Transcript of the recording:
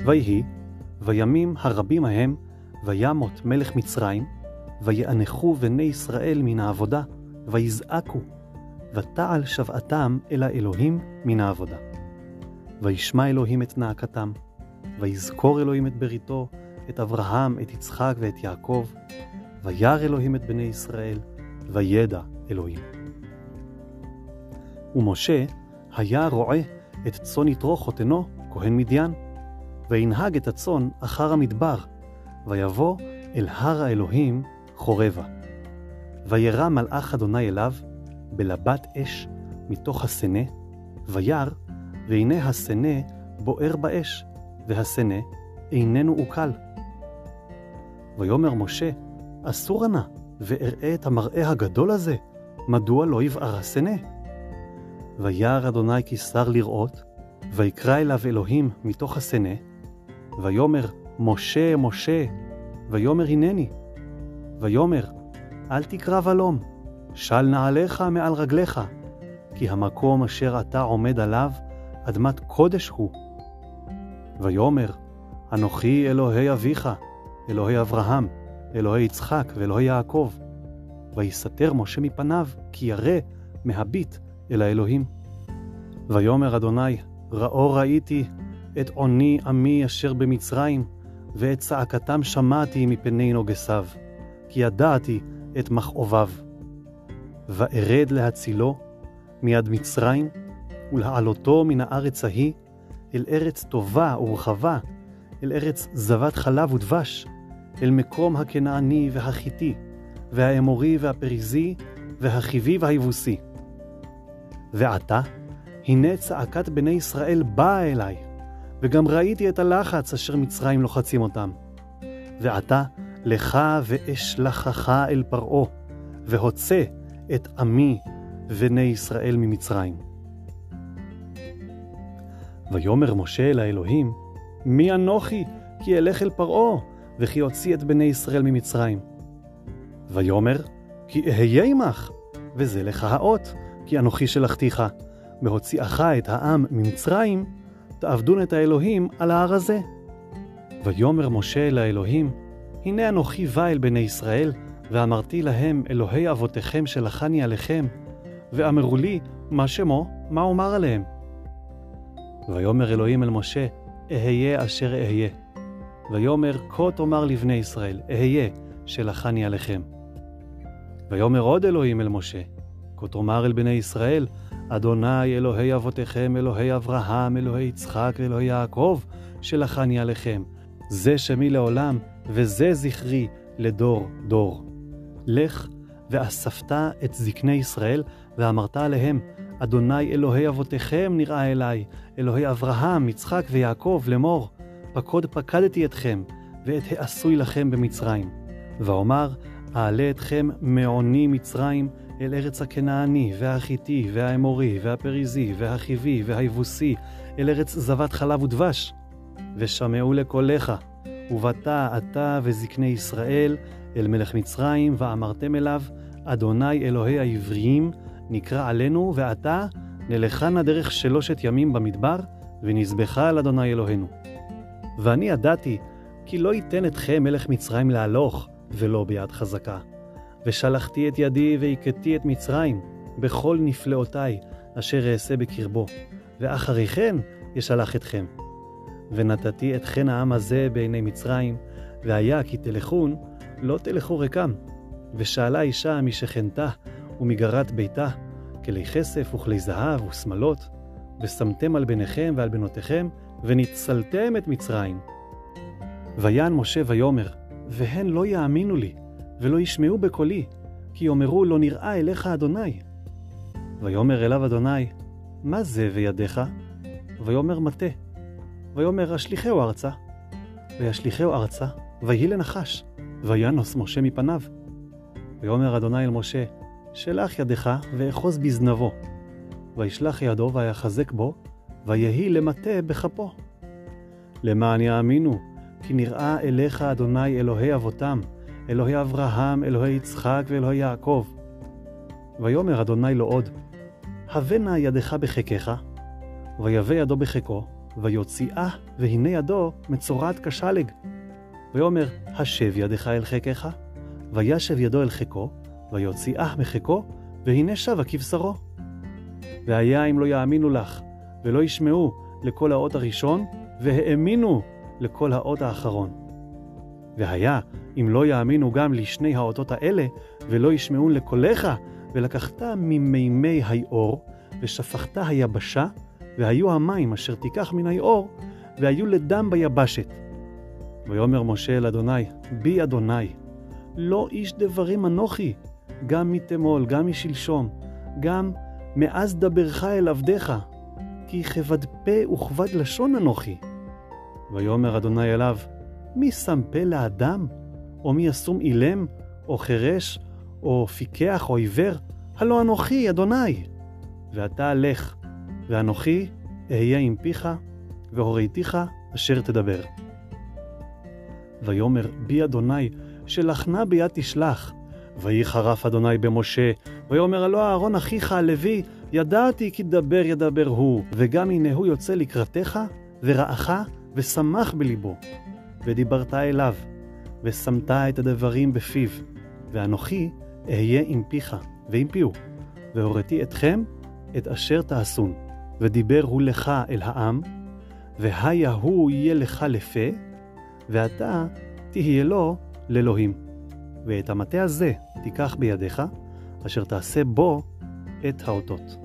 ויהי, וימים הרבים ההם, וימות מלך מצרים, ויאנחו בני ישראל מן העבודה, ויזעקו, ותעל שבעתם אל האלוהים מן העבודה. וישמע אלוהים את נאקתם, ויזכור אלוהים את בריתו, את אברהם, את יצחק ואת יעקב, וירא אלוהים את בני ישראל, וידע אלוהים. ומשה היה רועה את צאן יתרו חותנו, כהן מדיין, וינהג את הצאן אחר המדבר, ויבוא אל הר האלוהים חורבה. וירא מלאך אדוני אליו, בלבת אש מתוך הסנה, וירא, והנה הסנה בוער באש, והסנה איננו אוקל. ויאמר משה, אסור נא, ואראה את המראה הגדול הזה, מדוע לא יבער הסנה? וירא אדוני כי שר לראות, ויקרא אליו אלוהים מתוך הסנה, ויאמר, משה, משה, ויאמר הנני. ויאמר, אל תקרא ולום, של נעליך מעל רגליך, כי המקום אשר אתה עומד עליו, אדמת קודש הוא. ויאמר, אנוכי אלוהי אביך, אלוהי אברהם, אלוהי יצחק ואלוהי יעקב. ויסתר משה מפניו, כי ירא מהביט אל האלוהים. ויאמר אדוני, ראו ראיתי את עוני עמי אשר במצרים, ואת צעקתם שמעתי מפני נוגסיו, כי ידעתי את מכאוביו. וארד להצילו מיד מצרים, ולהעלותו מן הארץ ההיא, אל ארץ טובה ורחבה, אל ארץ זבת חלב ודבש, אל מקום הכנעני והחיתי, והאמורי והפריזי, והחיבי והיבוסי. ועתה, הנה צעקת בני ישראל באה אליי, וגם ראיתי את הלחץ אשר מצרים לוחצים אותם. ועתה, לך ואשלחך אל פרעה, והוצא את עמי בני ישראל ממצרים. ויאמר משה אל האלוהים, מי אנוכי כי אלך אל פרעה, וכי הוציא את בני ישראל ממצרים? ויאמר, כי אהיה עמך, וזה לך האות, כי אנוכי שלחתיך, בהוציאך את העם ממצרים, תעבדון את האלוהים על ההר הזה. ויאמר משה אל האלוהים, הנה אנוכי בא אל בני ישראל, ואמרתי להם, אלוהי אבותיכם שלחני עליכם, ואמרו לי, מה שמו, מה אומר עליהם? ויאמר אלוהים אל משה, אהיה אשר אהיה. ויאמר, כה תאמר לבני ישראל, אהיה שלחני עליכם. ויאמר עוד אלוהים אל משה, כה תאמר אל בני ישראל, אדוני אלוהי אבותיכם, אלוהי אברהם, אלוהי יצחק ואלוהי יעקב, שלחני עליכם. זה שמי לעולם, וזה זכרי לדור דור. לך ואספת את זקני ישראל, ואמרת עליהם, אדוני אלוהי אבותיכם נראה אליי, אלוהי אברהם, יצחק ויעקב, לאמור, פקוד פקדתי אתכם, ואת העשוי לכם במצרים. ואומר, אעלה אתכם מעוני מצרים, אל ארץ הכנעני, והחיתי, והאמורי, והפריזי, והחיבי, והיבוסי, אל ארץ זבת חלב ודבש. ושמעו לקולך, ובאת אתה וזקני ישראל אל מלך מצרים, ואמרתם אליו, אדוני אלוהי העבריים, נקרא עלינו, ואתה נלכנה דרך 3 ימים במדבר, ונזבחה על אדוני אלוהינו. ואני ידעתי, כי לא ייתן אתכם מלך מצרים להלוך, ולא ביד חזקה. ושלחתי את ידי והכיתי את מצרים, בכל נפלאותיי, אשר אעשה בקרבו, ואחרי כן ישלח אתכם. ונתתי אתכן העם הזה בעיני מצרים, והיה כי תלכון, לא תלכו ריקם. ושאלה אישה משכנתה ומגרת ביתה, כלי כסף וכלי זהב ושמלות, ושמתם על בניכם ועל בנותיכם, וניצלתם את מצרים. ויען משה ויאמר, והן לא יאמינו לי, ולא ישמעו בקולי, כי יאמרו לא נראה אליך אדוני. ויאמר אליו אדוני, מה זה וידיך? ויאמר מטה. ויאמר אשליחהו ארצה. וישליחהו ארצה, ויהי לנחש, וינוס משה מפניו. ויאמר אדוני אל משה, שלח ידך ואחוז בזנבו. וישלח ידו ויחזק בו, ויהי למטה בכפו. למען יאמינו, כי נראה אליך אדוני אלוהי אבותם, אלוהי אברהם, אלוהי יצחק ואלוהי יעקב. ויאמר אדוני לו עוד, הבא נא ידך בחיקך, ויבא ידו בחיקו, ויוציאה, והנה ידו מצורעת כשלג. ויאמר, השב ידך אל חיקך, וישב ידו אל חיקו, ויוציאה מחיקו, והנה שבה כבשרו. והיה אם לא יאמינו לך, ולא ישמעו לכל האות הראשון, והאמינו לכל האות האחרון. והיה אם לא יאמינו גם לשני האותות האלה, ולא ישמעו לקולך, ולקחת ממימי היאור, ושפכת היבשה, והיו המים אשר תיקח מן היאור, והיו לדם ביבשת. ויאמר משה אל אדוני, בי אדוני, לא איש דברים אנוכי, גם מתמול, גם משלשום, גם מאז דברך אל עבדיך, כי כבד פה וכבד לשון אנוכי. ויאמר אדוני אליו, מי שם פה לאדם, או מי ישום אילם, או חרש, או פיקח, או עיוור? הלא אנוכי, אדוני. ואתה לך, ואנוכי אהיה עם פיך, והוריתיך אשר תדבר. ויאמר בי אדוני, שלחנה ביד תשלח. ויחרף אדוני במשה, ויאמר הלא אהרון אחיך הלוי, ידעתי כי דבר ידבר הוא, וגם הנה הוא יוצא לקראתך, ורעך, ושמח בליבו. ודיברת אליו, ושמת את הדברים בפיו, ואנוכי אהיה עם פיך, ועם פיהו, והוריתי אתכם את אשר תעשון. ודיבר הוא לך אל העם, והיה הוא יהיה לך לפה, ואתה תהיה לו לאלוהים. ואת המטה הזה תיקח בידיך, אשר תעשה בו את האותות.